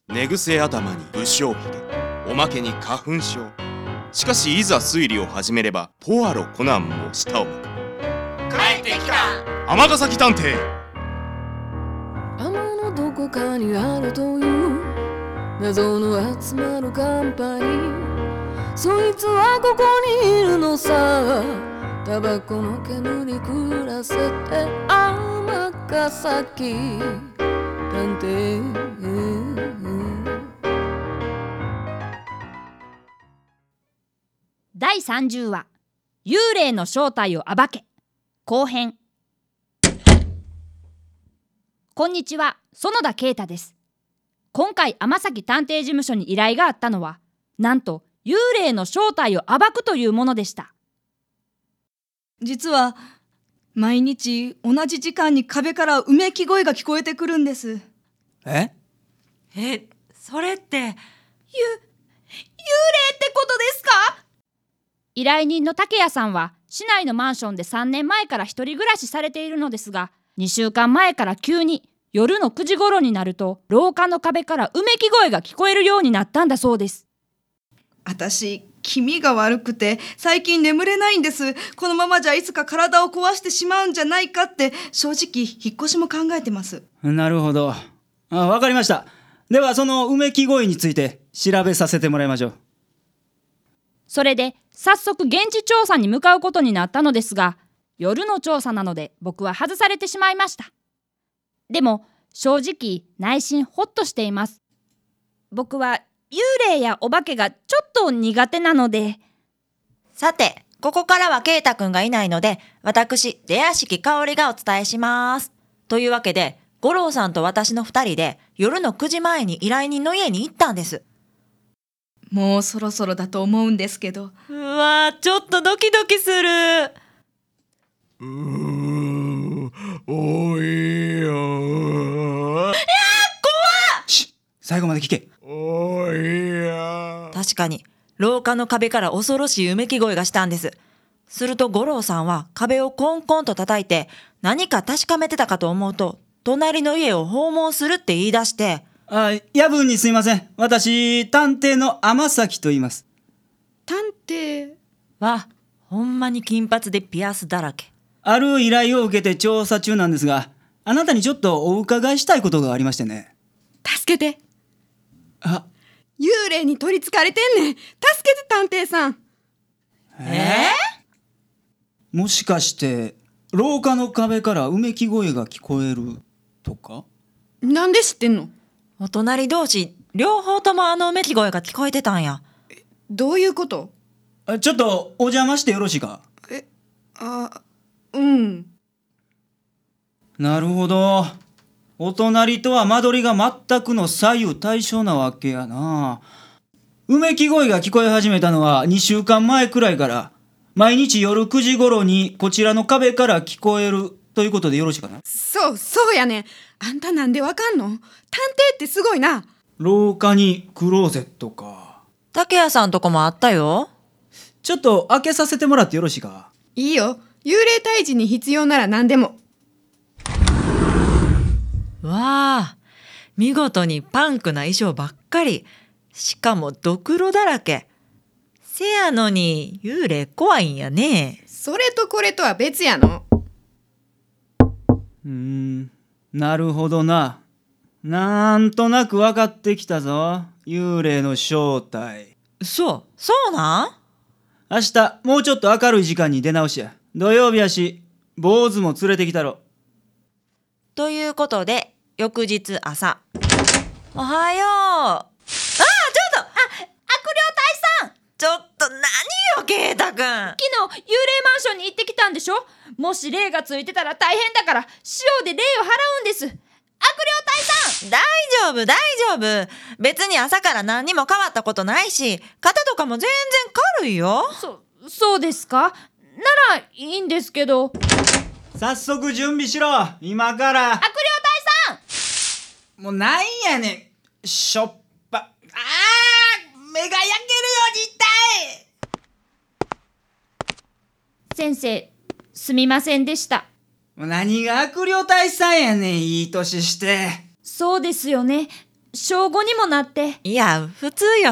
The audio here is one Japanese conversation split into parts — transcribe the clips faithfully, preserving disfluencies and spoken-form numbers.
寝癖頭に不祥髭、おまけに花粉症。しかしいざ推理を始めればポアロコナンも舌を巻く。 帰ってきた尼崎探偵。 天のどこかにあるという謎の集まるカンパニー、そいつはここにいるのさ。タバコの煙暮らせて尼崎探偵。 だいさんじゅうわ、幽霊の正体を暴け後編。こんにちは、園田啓太です。今回尼崎探偵事務所に依頼があったのは、なんと幽霊の正体を暴くというものでした。 実は毎日同じ時間に壁からうめき声が聞こえてくるんです。 ええ、それってゆ幽霊ってことですか？ 依頼人の竹谷さんは市内のマンションでさんねんまえから一人暮らしされているのですが、にしゅうかんまえから急に夜のくじ頃になると廊下の壁からうめき声が聞こえるようになったんだそうです。 私気味が悪くて最近眠れないんです。このままじゃいつか体を壊してしまうんじゃないかって、正直引っ越しも考えてます。 なるほど。あ、わかりました。ではそのうめき声について調べさせてもらいましょう。 それで早速現地調査に向かうことになったのですが、夜の調査なので僕は外されてしまいました。でも正直内心ホッとしています。僕は幽霊やお化けがちょっと苦手なので。 さて、ここからは圭太くんがいないので、私出屋敷香織がお伝えします。というわけで、五郎さんと私の二人で夜のくじまえに依頼人の家に行ったんです。 もうそろそろだと思うんですけど。 うわー、ちょっとドキドキする。 うーおいよー。 いやー、怖っ。 し最後まで聞け。 おいや。 確かに廊下の壁から恐ろしいうめき声がしたんです。すると五郎さんは壁をコンコンと叩いて何か確かめてたかと思うと、隣の家を訪問するって言い出して。 あ、夜分にすいません。私探偵の尼崎と言います。 探偵わ、ほんまに金髪でピアスだらけ。 ある依頼を受けて調査中なんですが、あなたにちょっとお伺いしたいことがありましてね。 助けて。 あ、 幽霊に取りつかれてんねん。助けて探偵さん。 えー、もしかして廊下の壁からうめき声が聞こえるとか？ なんで知ってんの？ お隣同士両方ともあのうめき声が聞こえてたんや。 どういうこと？ ちょっとお邪魔してよろしいか？ え、あ、うん。 なるほど。お隣とは間取りが全くの左右対称なわけやな。うめき声が聞こえ始めたのはにしゅうかんまえくらいから、毎日夜くじ頃にこちらの壁から聞こえるということでよろしいかな？ そう、そうやねん。あんたなんでわかんの？探偵ってすごいな。 廊下にクローゼットか。 竹谷さんとこもあったよ。 ちょっと開けさせてもらってよろしいか？ いいよ。幽霊退治に必要なら何でも。 わあ、見事にパンクな衣装ばっかり。しかもドクロだらけ。せやのに幽霊怖いんやね。 それとこれとは別やの。 うーん、なるほどな。なんとなく分かってきたぞ。幽霊の正体。 そう、そうなん？ 明日もうちょっと明るい時間に出直しや。土曜日やし、坊主も連れてきたろ。 ということで翌日朝。おはよう。ああ、ちょっと、あ、悪霊退散。ちょっと何よ圭太くん。 昨日幽霊マンションに行ってきたんでしょ。もし霊がついてたら大変だから塩で霊を払うんです。悪霊退散。 大丈夫大丈夫。別に朝から何にも変わったことないし、肩とかも全然軽いよ。 そ、そうですか？ならいいんですけど。 早速準備しろ。今から。 悪霊退散。 もうなんやねん。しょっぱ。あー、目が焼けるように痛い。 先生、すみませんでした。 何が悪霊退散やねん。いい年して。 そうですよね。 小ごにもなって。 いや、普通よ。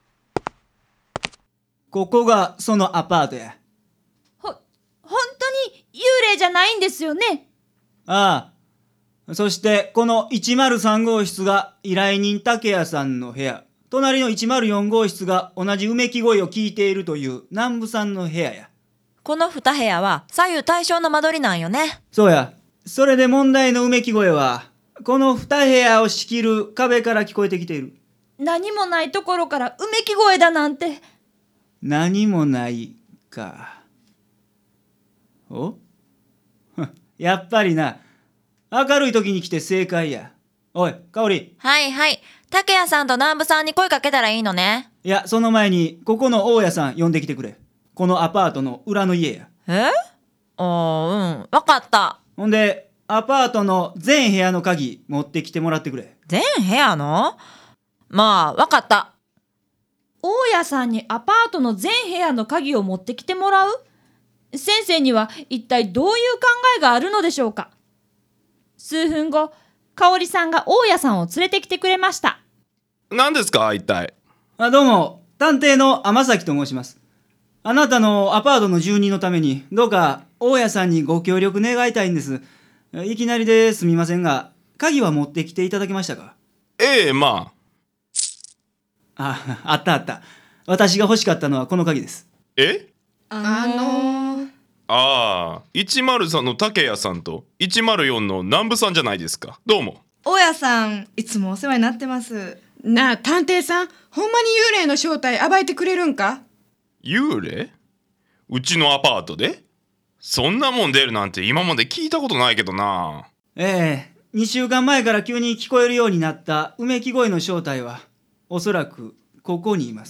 ここがそのアパートや。 ほ、本当に幽霊じゃないんですよね。 ああ。そしてこのいちまるさん号室が依頼人竹谷さんの部屋。隣のいちまるよん号室が同じうめき声を聞いているという南部さんの部屋や。 このに部屋は左右対称の間取りなんよね。 そうや。それで問題のうめき声はこのに部屋を仕切る壁から聞こえてきている。 何もないところからうめき声だなんて。 何もないか。おやっぱりな。明るい時に来て正解や。おい、香織。 はいはい。竹谷さんと南部さんに声かけたらいいのね。 いや、その前にここの大家さん呼んできてくれ。このアパートの裏の家や。 え？ああ、うん。わかった。 ほんで、アパートの全部屋の鍵持ってきてもらってくれ。 全部屋の？まあ、わかった。 大家さんにアパートの全部屋の鍵を持ってきてもらう？先生には一体どういう考えがあるのでしょうか。数分後、香織さんが大家さんを連れてきてくれました。 何ですか一体。 あ、どうも、探偵の天崎と申します。あなたのアパートの住人のためにどうか大家さんにご協力願いたいんです。いきなりですみませんが、鍵は持ってきていただけましたか？ ええ、まあ。あ、あったあった。私が欲しかったのはこの鍵です。 えあのー、 ああ、いちまるさんの竹谷さんといちまるよんの南部さんじゃないですか。どうも。 大家さん、いつもお世話になってます。 なあ、探偵さん、ほんまに幽霊の正体暴いてくれるんか？ 幽霊？うちのアパートで？そんなもん出るなんて今まで聞いたことないけどな。 ええ、にしゅうかんまえから急に聞こえるようになったうめき声の正体はおそらくここにいます。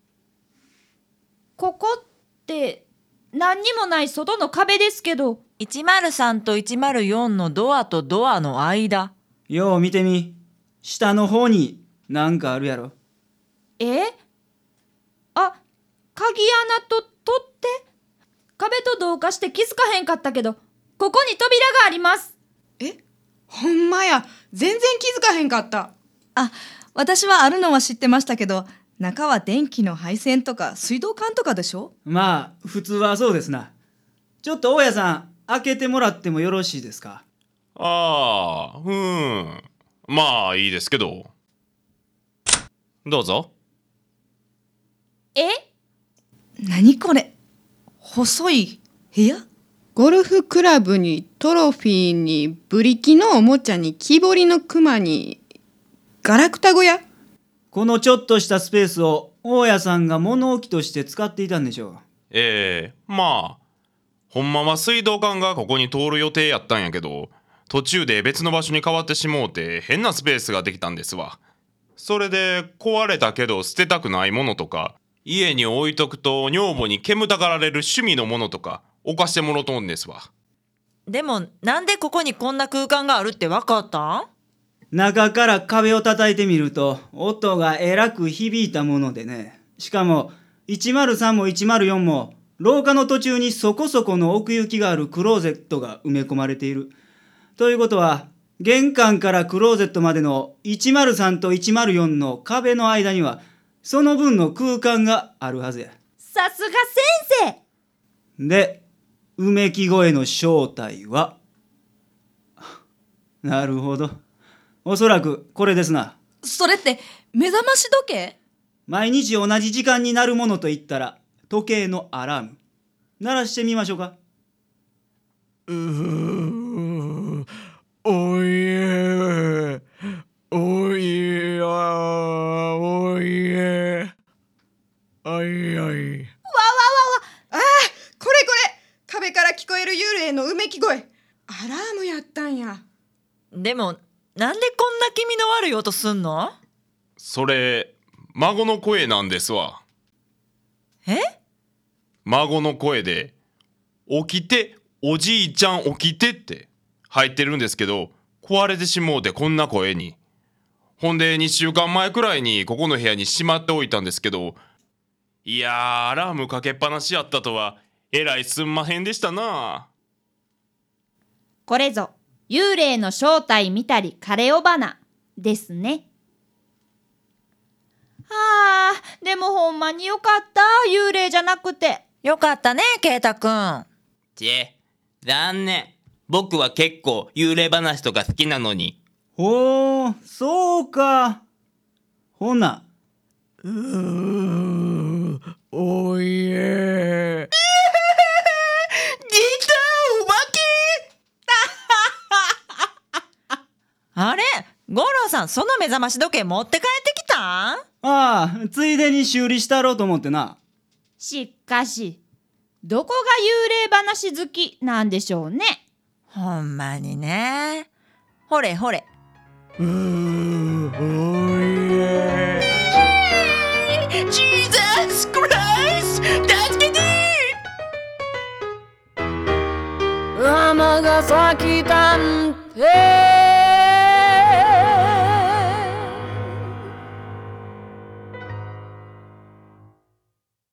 ここって何にもない外の壁ですけど。 いちまるさんといちまるよんのドアとドアの間。 よう見てみ。下の方になんかあるやろ。 え？あ、鍵穴と取っ手？壁と同化して気づかへんかったけど、ここに扉があります。 え？ほんまや、全然気づかへんかった。 あ、私はあるのは知ってましたけど、中は電気の配線とか水道管とかでしょ？ まあ普通はそうですな。ちょっと大家さん開けてもらってもよろしいですか？ ああ、うん。まあいいですけど。どうぞ。 え？ 何これ？細い部屋？ ゴルフクラブにトロフィーにブリキのおもちゃに木彫りのクマにガラクタ小屋？ このちょっとしたスペースを大家さんが物置として使っていたんでしょう。 ええ、まあほんまは水道管がここに通る予定やったんやけど、途中で別の場所に変わってしもうて変なスペースができたんですわ。それで壊れたけど捨てたくないものとか、家に置いとくと女房に煙たがられる趣味のものとか置かしてもろとんですわ。 でもなんでここにこんな空間があるってわかったん？ 中から壁を叩いてみると音がえらく響いたものでね。しかもいちまるさんもいちまるよんも廊下の途中にそこそこの奥行きがあるクローゼットが埋め込まれている。ということは玄関からクローゼットまでのいちまるさんといちまるよんの壁の間にはその分の空間があるはずや。 さすが先生。 で、うめき声の正体はなるほど。おそらくこれですな。 それって目覚まし時計？ 毎日同じ時間になるものといったら時計のアラーム。鳴らしてみましょうか。 うーおいえおいやおいえあいあい。 これこれ、壁から聞こえる幽霊のうめき声、アラームやったんや。 でもなんでこんな気味の悪い音すんの？ それ孫の声なんですわ。 え？ 孫の声で起きておじいちゃん起きてって入ってるんですけど、壊れてしもうてこんな声に。ほんでにしゅうかんまえくらいにここの部屋にしまっておいたんですけど、いやーアラームかけっぱなしやったとはえらいすんまへんでしたな。 これぞ幽霊の正体見たり枯れ尾花ですね。 あー、でもほんまによかった、幽霊じゃなくて。 よかったね、ケイタくん。 ちえ、残念。僕は結構幽霊話とか好きなのに。 ほう、そうか。ほな。 うー、おいえ。 出た、お化けあれ、五郎さん、その目覚まし時計持って帰ってきたん？ ああ、ついでに修理したろうと思ってな。 しかし、どこが幽霊話好きなんでしょうね。 ほんまにね。ほれほれ。 うー、おいえ。 ジーザスクライス、助けて尼崎探偵